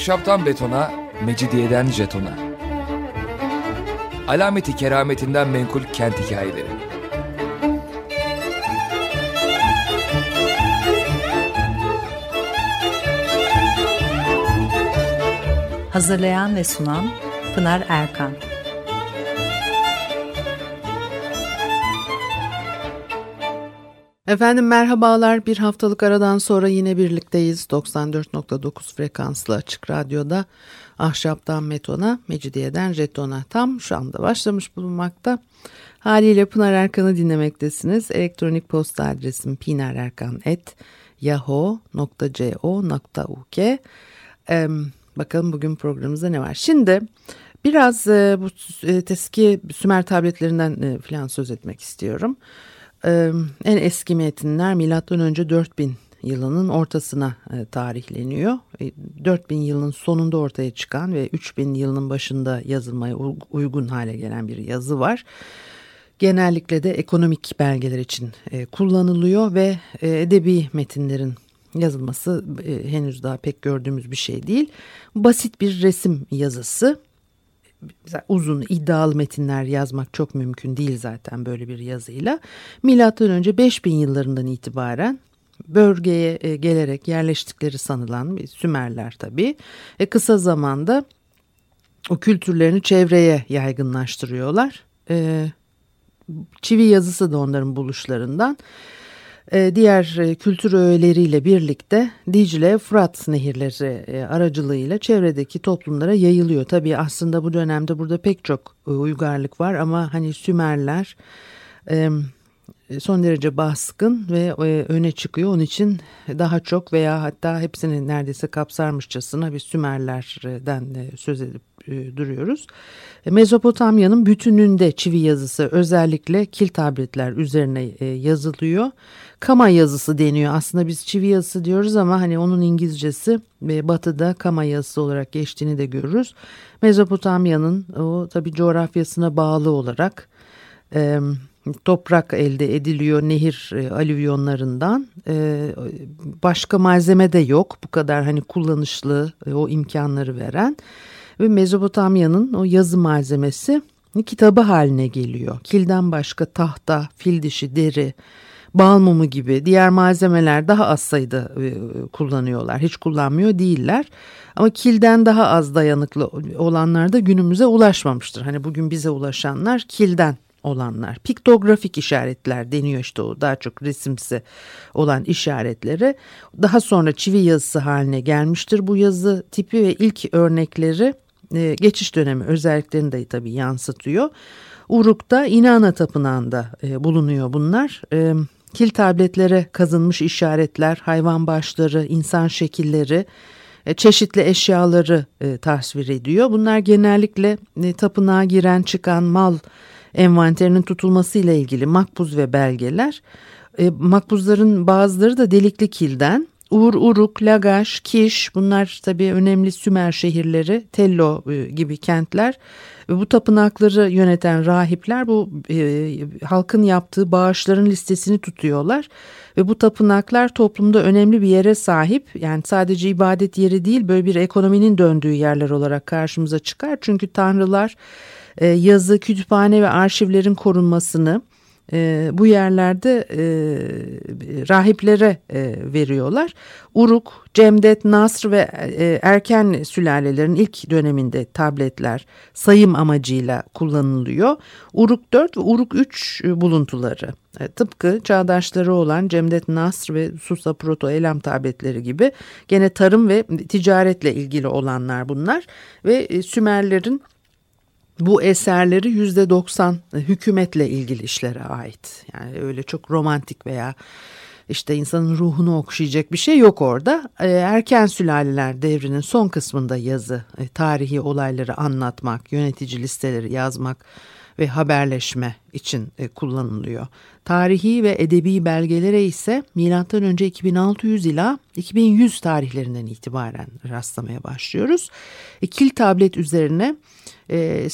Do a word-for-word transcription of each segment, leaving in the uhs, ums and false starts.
Ahşaptan betona, mecidiyeden jetona. Alameti kerametinden menkul kent hikayeleri. Hazırlayan ve sunan Pınar Erkan. Efendim merhabalar, bir haftalık aradan sonra yine birlikteyiz. doksan dört nokta dokuz frekanslı Açık Radyo'da Ahşaptan Betona, Mecidiyeden Jeton'a tam şu anda başlamış bulunmakta. Haliyle Pınar Erkan'ı dinlemektesiniz. Elektronik posta adresim pinarerkan at yahoo nokta co nokta uk. Ee, bakalım bugün programımızda ne var? Şimdi biraz e, bu e, eski Sümer tabletlerinden e, falan söz etmek istiyorum. Ee, en eski metinler milattan önce dört bin yılının ortasına e, tarihleniyor. E, dört bin yılının sonunda ortaya çıkan ve üç bin yılının başında yazılmaya uygun hale gelen bir yazı var. Genellikle de ekonomik belgeler için e, kullanılıyor ve e, edebi metinlerin yazılması e, henüz daha pek gördüğümüz bir şey değil. Basit bir resim yazısı. Uzun iddialı metinler yazmak çok mümkün değil zaten böyle bir yazıyla. Milattan önce beş bin yıllarından itibaren bölgeye gelerek yerleştikleri sanılan Sümerler tabii e kısa zamanda o kültürlerini çevreye yaygınlaştırıyorlar. E, çivi yazısı da onların buluşlarından. Diğer kültür öğeleriyle birlikte Dicle, Fırat nehirleri aracılığıyla çevredeki toplumlara yayılıyor. Tabii aslında bu dönemde burada pek çok uygarlık var ama hani Sümerler son derece baskın ve öne çıkıyor. Onun için daha çok veya hatta hepsini neredeyse kapsarmışçasına bir Sümerlerden söz edip duruyoruz. Mezopotamya'nın bütününde çivi yazısı özellikle kil tabletler üzerine yazılıyor. Kama yazısı deniyor. Aslında biz çivi yazısı diyoruz ama hani onun İngilizcesi ve batıda kama yazısı olarak geçtiğini de görürüz. Mezopotamya'nın o tabii coğrafyasına bağlı olarak e, toprak elde ediliyor nehir e, alüvyonlarından. E, başka malzeme de yok bu kadar hani kullanışlı e, o imkanları veren. Ve Mezopotamya'nın o yazı malzemesi kitabı haline geliyor. Kilden başka tahta, fil dişi, deri, bal mumu gibi diğer malzemeler daha az sayıda kullanıyorlar. Hiç kullanmıyor değiller. Ama kilden daha az dayanıklı olanlar da günümüze ulaşmamıştır. Hani bugün bize ulaşanlar kilden olanlar. Piktografik işaretler deniyor işte o daha çok resimsi olan işaretlere. Daha sonra çivi yazısı haline gelmiştir. Bu yazı tipi ve ilk örnekleri e, geçiş dönemi özelliklerini de tabii yansıtıyor. Uruk'ta İnanna Tapınağı'nda e, bulunuyor bunlar. E, kil tabletlere kazınmış işaretler, hayvan başları, insan şekilleri, e, çeşitli eşyaları e, tasvir ediyor. Bunlar genellikle e, tapınağa giren çıkan mal envanterinin tutulmasıyla ilgili makbuz ve belgeler. E, makbuzların bazıları da delikli kilden. Ur, Uruk, Lagaş, Kiş bunlar tabii önemli Sümer şehirleri, Tello e, gibi kentler. Ve bu tapınakları yöneten rahipler bu e, halkın yaptığı bağışların listesini tutuyorlar. Ve bu tapınaklar toplumda önemli bir yere sahip. Yani sadece ibadet yeri değil böyle bir ekonominin döndüğü yerler olarak karşımıza çıkar. Çünkü tanrılar e, yazı, kütüphane ve arşivlerin korunmasını e, bu yerlerde e, rahiplere e, veriyorlar. Uruk, Cemdet, Nasr ve e, erken sülalelerin ilk döneminde tabletler sayım amacıyla kullanılıyor. Uruk dört ve Uruk üç buluntuları e, tıpkı çağdaşları olan Cemdet, Nasr ve Susa, Proto, Elam tabletleri gibi gene tarım ve ticaretle ilgili olanlar bunlar ve e, Sümerlerin bu eserleri yüzde doksan hükümetle ilgili işlere ait. Yani öyle çok romantik veya işte insanın ruhunu okşayacak bir şey yok orada. Erken sülaleler devrinin son kısmında yazı, tarihi olayları anlatmak, yönetici listeleri yazmak ve haberleşme için kullanılıyor. Tarihi ve edebi belgelere ise milattan önce iki bin altı yüz ila iki bin yüz tarihlerinden itibaren rastlamaya başlıyoruz. Kil tablet üzerine e,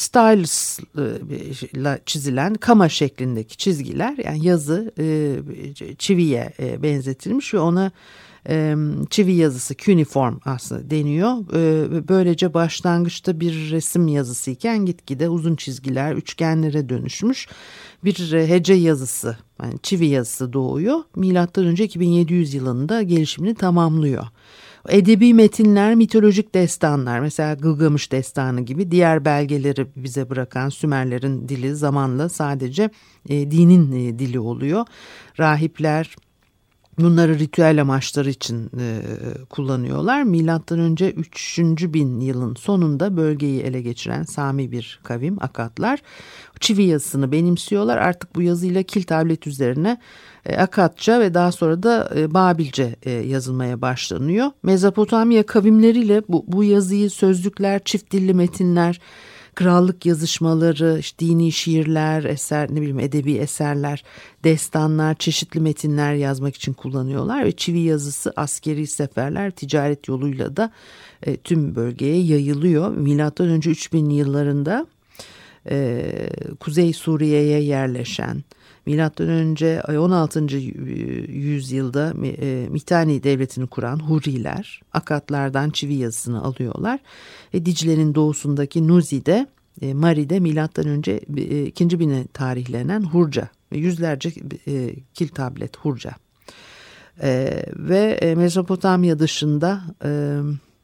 stylus'la çizilen kama şeklindeki çizgiler, yani yazı e, çiviye e, benzetilmiş ve ona e, çivi yazısı cuneiform aslında deniyor. E, böylece başlangıçta bir resim yazısı iken gitgide uzun çizgiler üçgenlere dönüşmüş bir hece yazısı, yani çivi yazısı doğuyor. Milattan önce iki bin yedi yüz yılında gelişimini tamamlıyor. Edebi metinler, mitolojik destanlar, mesela Gılgamış destanı gibi diğer belgeleri bize bırakan Sümerlerin dili zamanla sadece e, dinin e, dili oluyor. Rahipler bunları ritüel amaçları için e, kullanıyorlar. Milattan önce üçüncü bin yılın sonunda bölgeyi ele geçiren Sami bir kavim, Akatlar, çivi yazısını benimsiyorlar. Artık bu yazıyla kil tablet üzerine e, Akatça ve daha sonra da e, Babilce e, yazılmaya başlanıyor. Mezopotamya kavimleriyle bu, bu yazıyı sözlükler, çift dilli metinler, krallık yazışmaları, işte dini şiirler, eser, ne bileyim edebi eserler, destanlar, çeşitli metinler yazmak için kullanıyorlar ve çivi yazısı askeri seferler, ticaret yoluyla da e, tüm bölgeye yayılıyor. Milattan önce üç bin yıllarında e, Kuzey Suriye'ye yerleşen, milattan önce on altıncı yüzyılda e, Mitanni devletini kuran Hurriler Akatlardan çivi yazısını alıyorlar. E, Dicle'nin doğusundaki Nuzi'de, e, Mari'de milattan önce e, ikinci bine tarihlenen Hurca, yüzlerce e, kil tablet Hurca. E, ve e, Mezopotamya dışında e,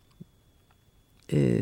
e,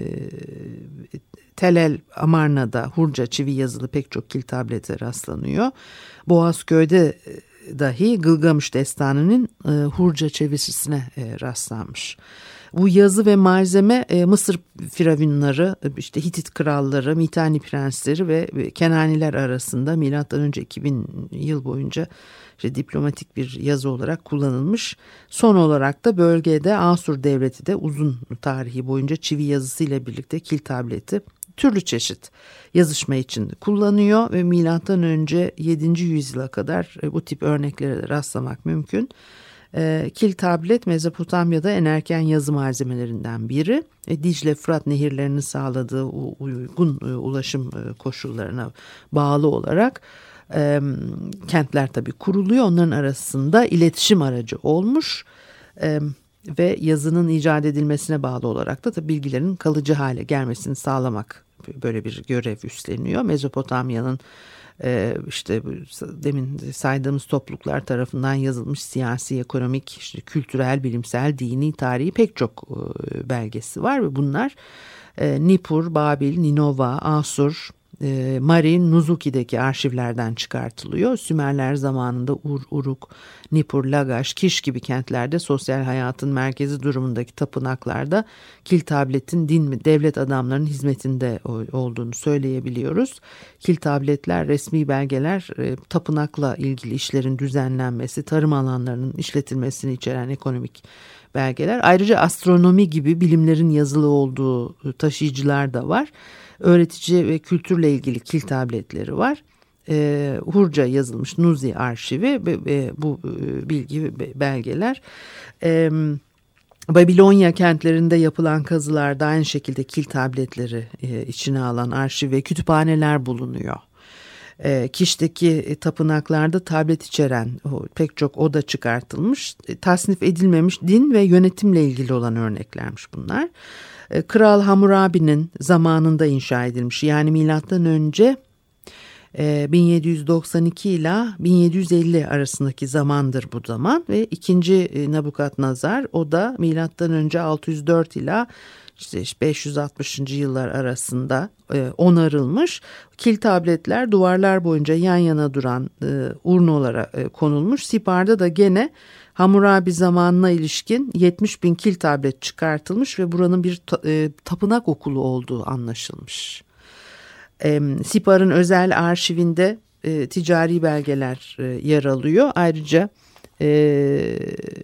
Tel El Amarna'da Hurca çivi yazılı pek çok kil tablete rastlanıyor. Boğazköy'de dahi Gılgamış destanının e, Hurca çevirisine e, rastlanmış. Bu yazı ve malzeme e, Mısır firavunları, işte Hitit kralları, Mitanni prensleri ve Kenaniler arasında milattan önce iki bin yıl boyunca işte diplomatik bir yazı olarak kullanılmış. Son olarak da bölgede Asur devleti de uzun tarihi boyunca çivi yazısıyla birlikte kil tableti türlü çeşit yazışma için kullanıyor ve milattan önce yedinci yüzyıla kadar bu tip örneklere rastlamak mümkün. E, kil tablet Mezopotamya'da en erken yazı malzemelerinden biri. E, Dicle Fırat nehirlerinin sağladığı uygun e, ulaşım e, koşullarına bağlı olarak e, kentler tabii kuruluyor. Onların arasında iletişim aracı olmuş e, ve yazının icat edilmesine bağlı olarak da tabii bilgilerin kalıcı hale gelmesini sağlamak böyle bir görev üstleniyor. Mezopotamya'nın Ee, işte demin saydığımız topluluklar tarafından yazılmış siyasi, ekonomik, işte kültürel, bilimsel, dini, tarihi pek çok e, belgesi var ve bunlar e, Nippur, Babil, Ninova, Asur, e, Mari, Nuzuki'deki arşivlerden çıkartılıyor. Sümerler zamanında Ur, Uruk, Nippur, Lagash, Kiş gibi kentlerde sosyal hayatın merkezi durumundaki tapınaklarda kil tabletin din mi devlet adamlarının hizmetinde olduğunu söyleyebiliyoruz. Kil tabletler resmi belgeler, e, tapınakla ilgili işlerin düzenlenmesi, tarım alanlarının işletilmesini içeren ekonomik belgeler. Ayrıca astronomi gibi bilimlerin yazılı olduğu taşıyıcılar da var. Öğretici ve kültürle ilgili kil tabletleri var. E, Hurca yazılmış Nuzi arşivi ve bu e, bilgi ve belgeler. E, Babilonya kentlerinde yapılan kazılarda aynı şekilde kil tabletleri e, içine alan arşiv ve kütüphaneler bulunuyor. E, Kiş'teki tapınaklarda tablet içeren o, pek çok oda çıkartılmış, e, tasnif edilmemiş din ve yönetimle ilgili olan örneklermiş bunlar. E, Kral Hammurabi'nin zamanında inşa edilmiş, yani milattan önce bin yedi yüz doksan iki ile bin yedi yüz elli arasındaki zamandır bu zaman ve ikinci Nabukadnezar, o da milattan önce altı yüz dört ile işte beş yüz altmışıncı yıllar arasında onarılmış. Kil tabletler duvarlar boyunca yan yana duran urnalara konulmuş. Sipar'da da gene Hammurabi zamanına ilişkin yetmiş bin kil tablet çıkartılmış ve buranın bir tapınak okulu olduğu anlaşılmış. E, Sipar'ın özel arşivinde e, ticari belgeler e, yer alıyor. Ayrıca e,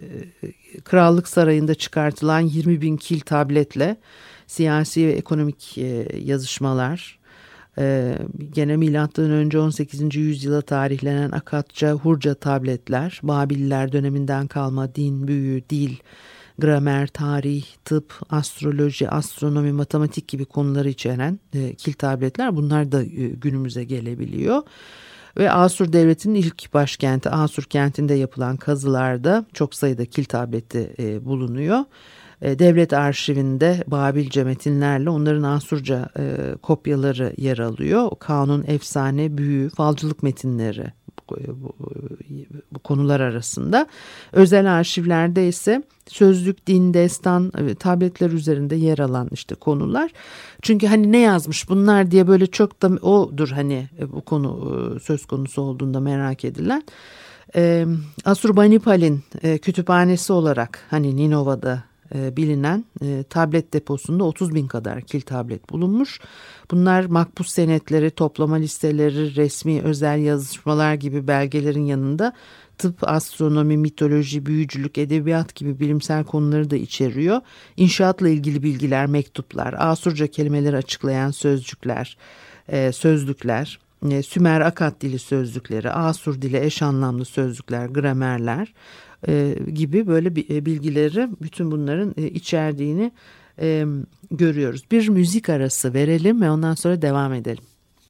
Krallık Sarayı'nda çıkartılan yirmi bin kil tabletle siyasi ve ekonomik e, yazışmalar, e, gene milattan önce on sekizinci yüzyıla tarihlenen Akatça, Hurca tabletler, Babiller döneminden kalma din, büyü, dil, gramer, tarih, tıp, astroloji, astronomi, matematik gibi konuları içeren e, kil tabletler, bunlar da e, günümüze gelebiliyor. Ve Asur Devleti'nin ilk başkenti Asur kentinde yapılan kazılarda çok sayıda kil tableti e, bulunuyor. E, devlet arşivinde Babilce metinlerle onların Asurca e, kopyaları yer alıyor. Kanun, efsane, büyü, falcılık metinleri bu, bu, bu konular arasında. Özel arşivlerde ise sözlük, din, destan, e, tabletler üzerinde yer alan işte konular. Çünkü hani ne yazmış bunlar diye böyle çok da odur hani e, bu konu e, söz konusu olduğunda merak edilen. E, Asurbanipal'in e, kütüphanesi olarak hani Ninova'da e, bilinen e, tablet deposunda otuz bin kadar kil tablet bulunmuş. Bunlar makbuz senetleri, toplama listeleri, resmi özel yazışmalar gibi belgelerin yanında tıp, astronomi, mitoloji, büyücülük, edebiyat gibi bilimsel konuları da içeriyor. İnşaatla ilgili bilgiler, mektuplar, Asurca kelimeleri açıklayan sözcükler, e, sözlükler, e, Sümer Akkad dili sözlükleri, Asur dili eş anlamlı sözlükler, gramerler e, gibi böyle bilgileri bütün bunların e, içerdiğini e, görüyoruz. Bir müzik arası verelim ve ondan sonra devam edelim.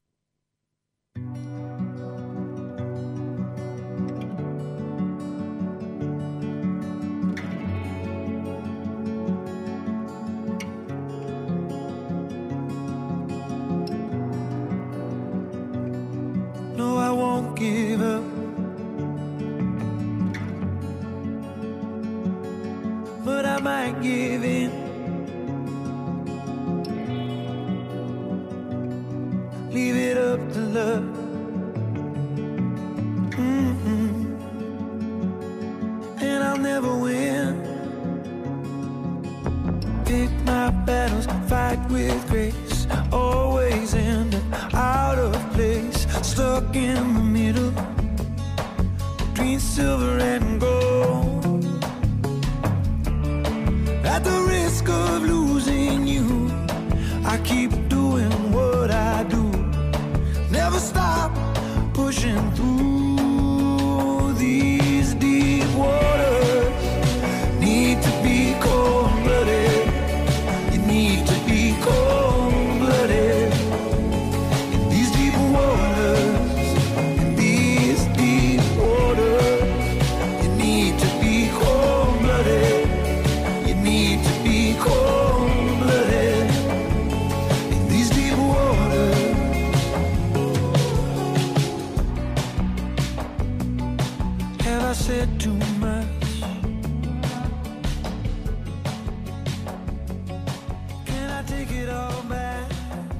No, I won't give up. But I might give in. Leave it up to love. Mm-hmm. And I'll never win. Pick my battles, fight with grace. Always end up out of place. Stuck in the middle between silver and gold. At the risk of losing you, I keep doing what I do. Never stop pushing through these deep waters. Need to be cold-blooded. You need to be cold-blooded. In these deep waters, in these deep waters, you need to be cold-blooded. You need to be cold-blooded. In these deep waters. Have I said too much? Can I take it all back?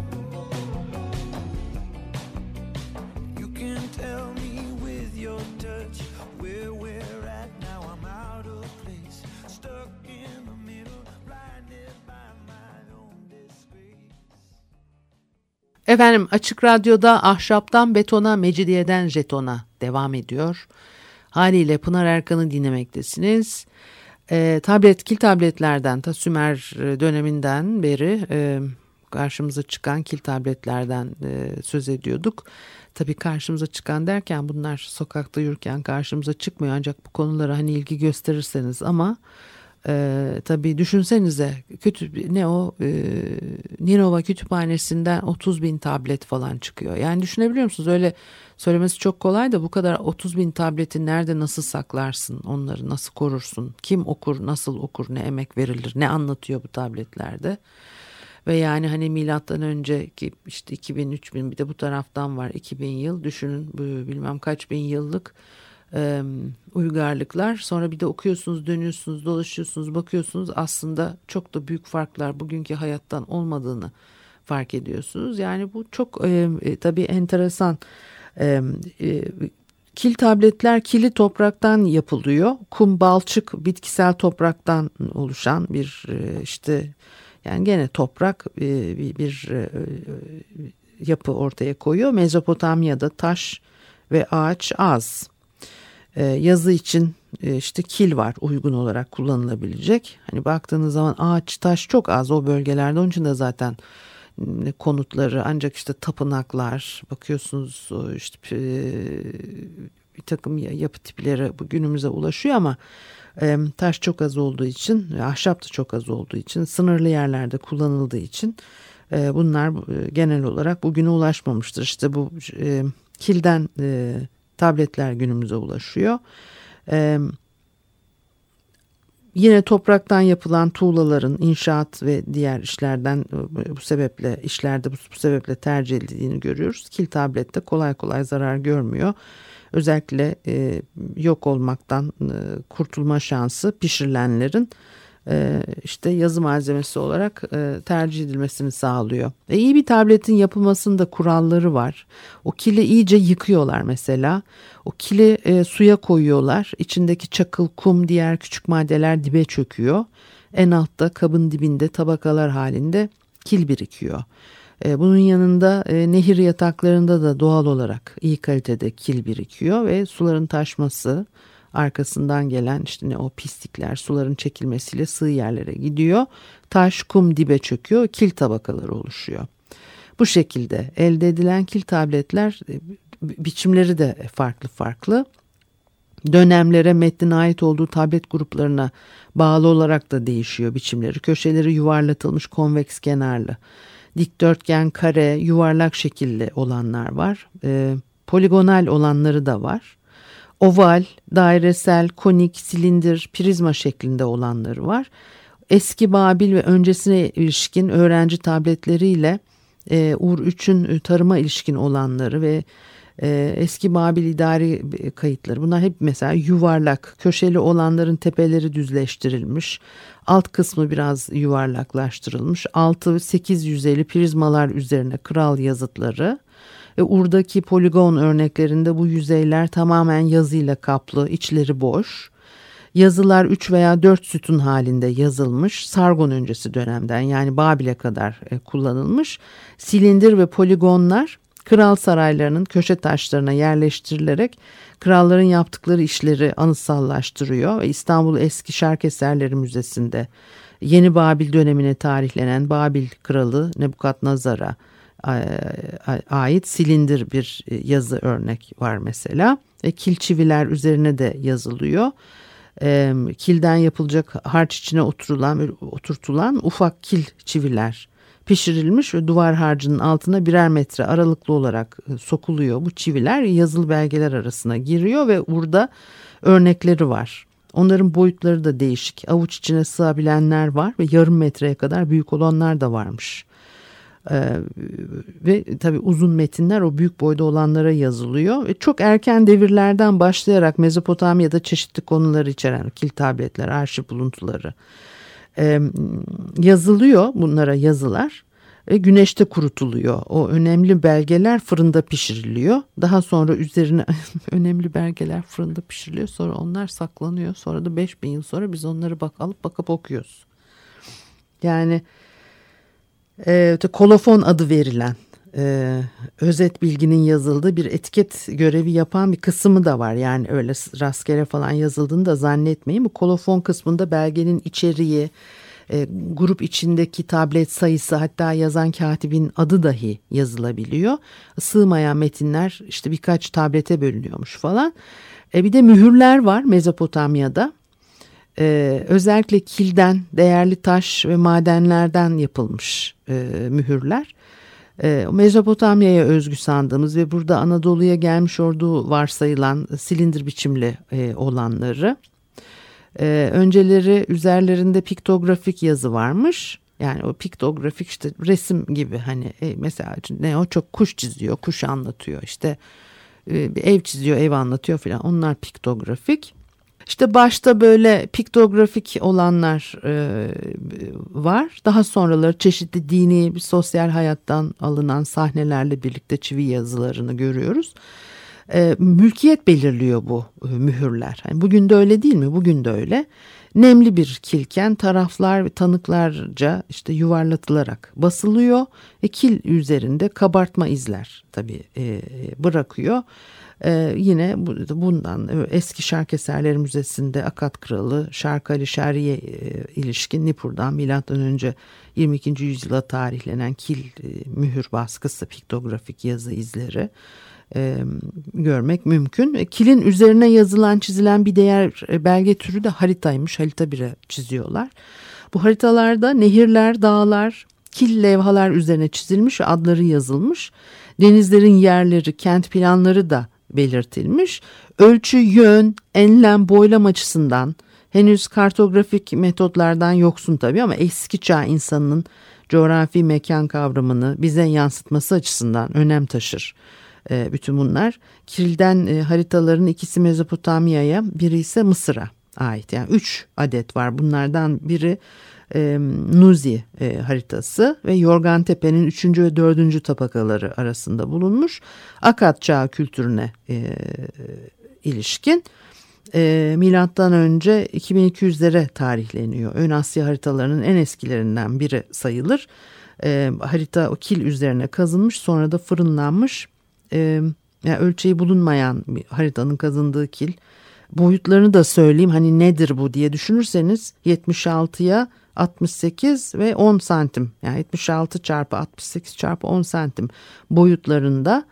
You can tell me with your touch where we're at now. I'm out of place, stuck in the middle, blinded by my own disgrace. Efendim Açık Radyo'da Ahşaptan Betona, Mecidiyeden Jeton'a devam ediyor. Haliyle Pınar Erkan'ı dinlemektesiniz. E, tablet, kil tabletlerden ta Sümer döneminden beri e, karşımıza çıkan kil tabletlerden e, söz ediyorduk. Tabii karşımıza çıkan derken bunlar sokakta yürürken karşımıza çıkmıyor. Ancak bu konulara hani ilgi gösterirseniz ama e, tabii düşünsenize kütüp, ne o e, Ninova kütüphanesinden otuz bin tablet falan çıkıyor. Yani düşünebiliyor musunuz? Öyle söylemesi çok kolay da bu kadar otuz bin tableti nerede nasıl saklarsın? Onları nasıl korursun? Kim okur, nasıl okur, ne emek verilir, ne anlatıyor bu tabletlerde? Ve yani hani milattan önceki işte iki bin üç bin bir de bu taraftan var iki bin yıl düşünün bilmem kaç bin yıllık e, uygarlıklar. Sonra bir de okuyorsunuz, dönüyorsunuz, dolaşıyorsunuz, bakıyorsunuz aslında çok da büyük farklar bugünkü hayattan olmadığını fark ediyorsunuz. Yani bu çok e, e, tabii enteresan. E, e, kil tabletler kili topraktan yapılıyor. Kum, balçık, bitkisel topraktan oluşan bir e, işte yani gene toprak e, bir, bir e, yapı ortaya koyuyor. Mezopotamya'da taş ve ağaç az. E, yazı için e, işte kil var uygun olarak kullanılabilecek. Hani baktığınız zaman ağaç, taş çok az o bölgelerde. Onun için de zaten konutları ancak işte tapınaklar bakıyorsunuz işte bir takım yapı tipleri bugünümüze ulaşıyor ama taş çok az olduğu için, ahşap da çok az olduğu için, sınırlı yerlerde kullanıldığı için E, bunlar e, genel olarak bugüne ulaşmamıştır. İşte bu e, kilden e, tabletler günümüze ulaşıyor. E, yine topraktan yapılan tuğlaların inşaat ve diğer işlerden e, bu sebeple işlerde bu, bu sebeple tercih edildiğini görüyoruz. Kil tablette kolay kolay zarar görmüyor. Özellikle e, yok olmaktan e, kurtulma şansı pişirilenlerin e, işte yazı malzemesi olarak e, tercih edilmesini sağlıyor. E, iyi bir tabletin yapılmasında kuralları var. O kili iyice yıkıyorlar mesela. O kili e, suya koyuyorlar. İçindeki çakıl, kum, diğer küçük maddeler dibe çöküyor. En altta kabın dibinde tabakalar halinde kil birikiyor. Bunun yanında nehir yataklarında da doğal olarak iyi kalitede kil birikiyor ve suların taşması, arkasından gelen işte ne o pislikler suların çekilmesiyle sığ yerlere gidiyor. Taş, kum dibe çöküyor, kil tabakaları oluşuyor. Bu şekilde elde edilen kil tabletler biçimleri de farklı farklı. Dönemlere, metnin ait olduğu tablet gruplarına bağlı olarak da değişiyor biçimleri. Köşeleri yuvarlatılmış, konveks kenarlı. Dikdörtgen, kare, yuvarlak şekilli olanlar var. E, poligonal olanları da var. Oval, dairesel, konik, silindir, prizma şeklinde olanları var. Eski Babil ve öncesine ilişkin öğrenci tabletleriyle e, U R üçün tarıma ilişkin olanları ve e, eski Babil idari kayıtları. Bunlar hep mesela yuvarlak, köşeli olanların tepeleri düzleştirilmiş. Alt kısmı biraz yuvarlaklaştırılmış. altı sekiz yüzeyli prizmalar üzerine kral yazıtları. Ve Ur'daki poligon örneklerinde bu yüzeyler tamamen yazıyla kaplı, içleri boş. Yazılar üç veya dört sütun halinde yazılmış. Sargon öncesi dönemden yani Babil'e kadar kullanılmış. Silindir ve poligonlar kral saraylarının köşe taşlarına yerleştirilerek kralların yaptıkları işleri anıtsallaştırıyor ve İstanbul Eski Şark Eserleri Müzesi'nde Yeni Babil dönemine tarihlenen Babil Kralı Nebukadnezar'a ait silindir bir yazı örnek var mesela. E, kil çiviler üzerine de yazılıyor. E, kilden yapılacak harç içine oturulan, oturtulan ufak kil çiviler pişirilmiş ve duvar harcının altına birer metre aralıklı olarak sokuluyor. Bu çiviler yazılı belgeler arasına giriyor ve burada örnekleri var. Onların boyutları da değişik. Avuç içine sığabilenler var ve yarım metreye kadar büyük olanlar da varmış. Ee, ve tabii uzun metinler o büyük boyda olanlara yazılıyor. Ve çok erken devirlerden başlayarak Mezopotamya'da çeşitli konuları içeren kil tabletler, arşiv buluntuları e, yazılıyor. Bunlara yazılar ve güneşte kurutuluyor. O önemli belgeler fırında pişiriliyor. Daha sonra üzerine önemli belgeler fırında pişiriliyor. Sonra onlar saklanıyor. Sonra da beş bin yıl sonra biz onları bak alıp bakıp okuyoruz. Yani e, kolofon adı verilen e, özet bilginin yazıldığı bir etiket görevi yapan bir kısmı da var. Yani öyle rastgele falan yazıldığını da zannetmeyin. Bu kolofon kısmında belgenin içeriği, E, grup içindeki tablet sayısı, hatta yazan katibin adı dahi yazılabiliyor. Sığmayan metinler işte birkaç tablete bölünüyormuş falan. E, bir de mühürler var Mezopotamya'da. E, özellikle kilden, değerli taş ve madenlerden yapılmış e, mühürler. E, Mezopotamya'ya özgü sandığımız ve burada Anadolu'ya gelmiş olduğu varsayılan silindir biçimli e, olanları. Ee, önceleri üzerlerinde piktografik yazı varmış. Yani o piktografik işte resim gibi, hani e, mesela ne o çok kuş çiziyor, kuş anlatıyor, işte e, bir ev çiziyor, ev anlatıyor filan. Onlar piktografik. İşte başta böyle piktografik olanlar e, var. Daha sonraları çeşitli dini, sosyal hayattan alınan sahnelerle birlikte çivi yazılarını görüyoruz. E, mülkiyet belirliyor bu e, mühürler. Yani bugün de öyle değil mi? Bugün de öyle. Nemli bir kilken taraflar ve tanıklarca işte yuvarlatılarak basılıyor ve kil üzerinde kabartma izler tabii e, bırakıyor. E, yine bu, bundan Eski Şark Eserleri Müzesi'nde Akkad Kralı Şark Ali Şerri'ye e, ilişkin Nippur'dan milattan önce yirmi ikinci yüzyıla tarihlenen kil e, mühür baskısı, piktografik yazı izleri E, görmek mümkün. Kilin üzerine yazılan, çizilen bir diğer belge türü de haritaymış. Harita bile çiziyorlar. Bu haritalarda nehirler, dağlar, kil levhalar üzerine çizilmiş, adları yazılmış. Denizlerin yerleri, kent planları da belirtilmiş. Ölçü, yön, enlem, boylam açısından henüz kartografik metotlardan yoksun tabii ama eski çağ insanının coğrafi mekan kavramını bize yansıtması açısından önem taşır. E, bütün bunlar Kiril'den e, haritaların ikisi Mezopotamya'ya, biri ise Mısır'a ait. Yani üç adet var. Bunlardan biri e, Nuzi e, haritası ve Yorgan Tepe'nin üçüncü ve dördüncü tabakaları arasında bulunmuş. Akkad çağı kültürüne e, ilişkin. E, milattan önce iki bin iki yüzlere tarihleniyor. Ön Asya haritalarının en eskilerinden biri sayılır. E, harita o kil üzerine kazınmış, sonra da fırınlanmış. E, yani ölçeği bulunmayan bir haritanın kazındığı kil. Boyutlarını da söyleyeyim, hani nedir bu diye düşünürseniz yetmiş altıya altmış sekiz ve on santim, yani yetmiş altı çarpı altmış sekiz çarpı on santim boyutlarında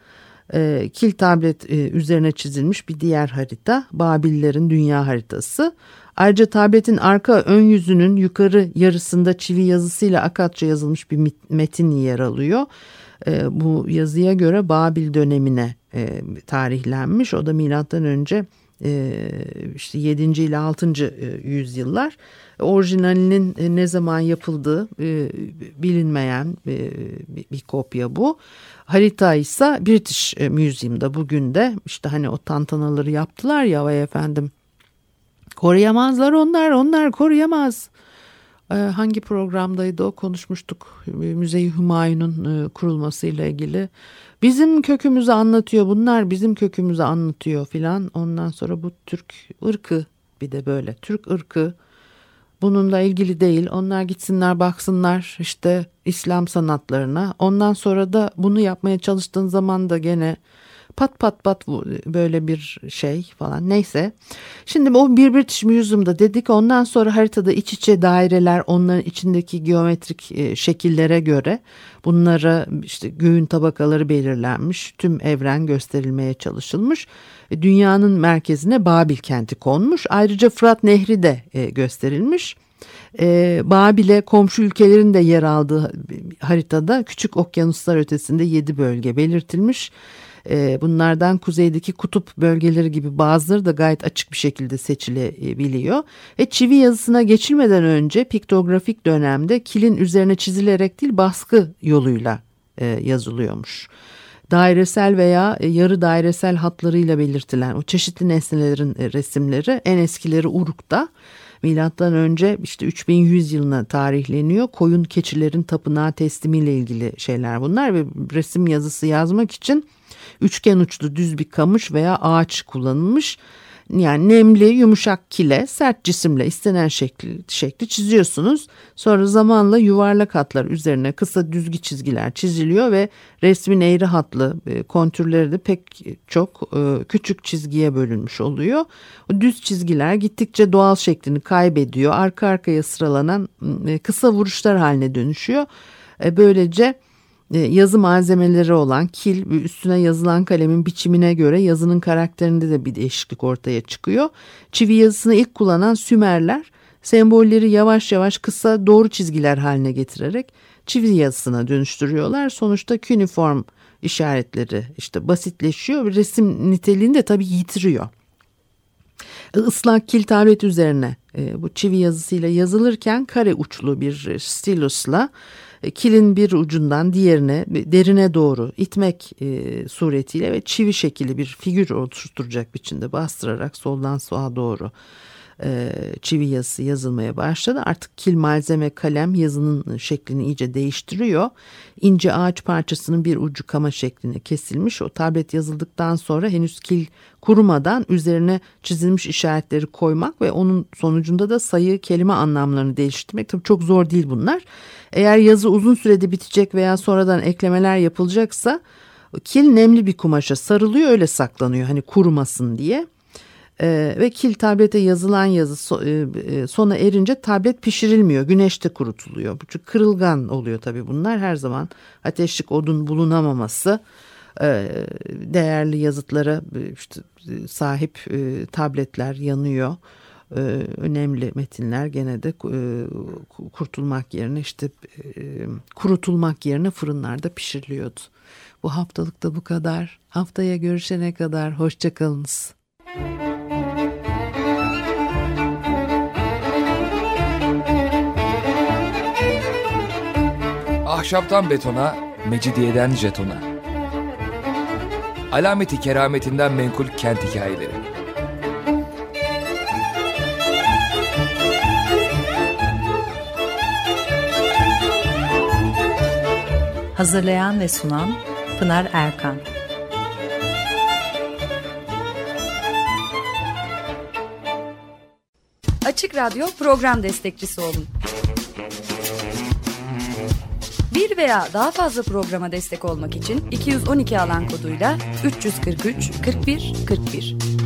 e, kil tablet e, üzerine çizilmiş bir diğer harita, Babillerin dünya haritası. Ayrıca tabletin arka ön yüzünün yukarı yarısında çivi yazısıyla Akkadça yazılmış bir metin yer alıyor. E, bu yazıya göre Babil dönemine e, tarihlenmiş. O da milattan önce e, işte yedinci ile altıncı yüzyıllar. Orijinalinin e, ne zaman yapıldığı e, bilinmeyen e, bir, bir kopya bu. Harita ise British Museum'da bugün de işte hani o tantanaları yaptılar ya, vay efendim koruyamazlar onlar, onlar koruyamaz. Ee, hangi programdaydı o, konuşmuştuk Müze-i Hümayun'un e, kurulmasıyla ilgili. Bizim kökümüzü anlatıyor bunlar, bizim kökümüzü anlatıyor filan. Ondan sonra bu Türk ırkı, bir de böyle Türk ırkı bununla ilgili değil. Onlar gitsinler baksınlar işte İslam sanatlarına. Ondan sonra da bunu yapmaya çalıştığın zaman da gene pat pat pat böyle bir şey falan, neyse. Şimdi o bir British Museum'da dedik, ondan sonra haritada iç içe daireler, onların içindeki geometrik şekillere göre bunlara işte göğün tabakaları belirlenmiş, tüm evren gösterilmeye çalışılmış. Dünyanın merkezine Babil kenti konmuş, ayrıca Fırat Nehri de gösterilmiş. Ee, Babil'e komşu ülkelerin de yer aldığı haritada küçük okyanuslar ötesinde yedi bölge belirtilmiş. Bunlardan kuzeydeki kutup bölgeleri gibi bazıları da gayet açık bir şekilde seçilebiliyor. E, çivi yazısına geçilmeden önce piktografik dönemde kilin üzerine çizilerek değil, baskı yoluyla e, yazılıyormuş. Dairesel veya yarı dairesel hatlarıyla belirtilen o çeşitli nesnelerin resimleri, en eskileri Uruk'ta. Milattan önce işte üç bin yüz yılına tarihleniyor. Koyun keçilerin tapınağa teslimiyle ilgili şeyler bunlar ve resim yazısı yazmak için üçgen uçlu düz bir kamış veya ağaç kullanılmış. Yani nemli yumuşak kile sert cisimle istenen şekli, şekli çiziyorsunuz. Sonra zamanla yuvarlak hatlar üzerine kısa düzgü çizgiler çiziliyor ve resmin eğri hatlı kontürleri de pek çok küçük çizgiye bölünmüş oluyor. O düz çizgiler gittikçe doğal şeklini kaybediyor. Arka arkaya sıralanan kısa vuruşlar haline dönüşüyor. Böylece yazı malzemeleri olan kil ve üstüne yazılan kalemin biçimine göre yazının karakterinde de bir değişiklik ortaya çıkıyor. Çivi yazısını ilk kullanan Sümerler sembolleri yavaş yavaş kısa doğru çizgiler haline getirerek çivi yazısına dönüştürüyorlar. Sonuçta küneiform işaretleri işte basitleşiyor ve resim niteliğini de tabii yitiriyor. Islak kil tablet üzerine e, bu çivi yazısıyla yazılırken kare uçlu bir stilusla kilin bir ucundan diğerine derine doğru itmek e, suretiyle ve çivi şekli bir figür oluşturacak biçimde bastırarak soldan sağa doğru e, çivi yazısı yazılmaya başladı. Artık kil malzeme kalem yazının şeklini iyice değiştiriyor. İnce ağaç parçasının bir ucu kama şekline kesilmiş. O tablet yazıldıktan sonra henüz kil kurumadan üzerine çizilmiş işaretleri koymak ve onun sonucunda da sayı, kelime anlamlarını değiştirmek tabii çok zor değil bunlar. Eğer yazı uzun sürede bitecek veya sonradan eklemeler yapılacaksa kil nemli bir kumaşa sarılıyor, öyle saklanıyor hani kurumasın diye. Ee, ve kil tablete yazılan yazı so, e, sona erince tablet pişirilmiyor, güneşte kurutuluyor. Çünkü kırılgan oluyor tabii bunlar, her zaman ateşlik odun bulunamaması e, değerli yazıtlara işte, sahip e, tabletler yanıyor. e, önemli metinler gene de e, kurtulmak yerine işte e, kurutulmak yerine fırınlarda pişiriliyordu. Bu haftalık da bu kadar. Haftaya görüşene kadar hoşça kalınız. Ahşaptan betona, mecidiyeden jetona. Alameti kerametinden menkul kent hikayeleri. Hazırlayan ve sunan Pınar Erkan. Açık Radyo program destekçisi olun. Bir veya daha fazla programa destek olmak için iki yüz on iki alan koduyla üç yüz kırk üç kırk bir kırk bir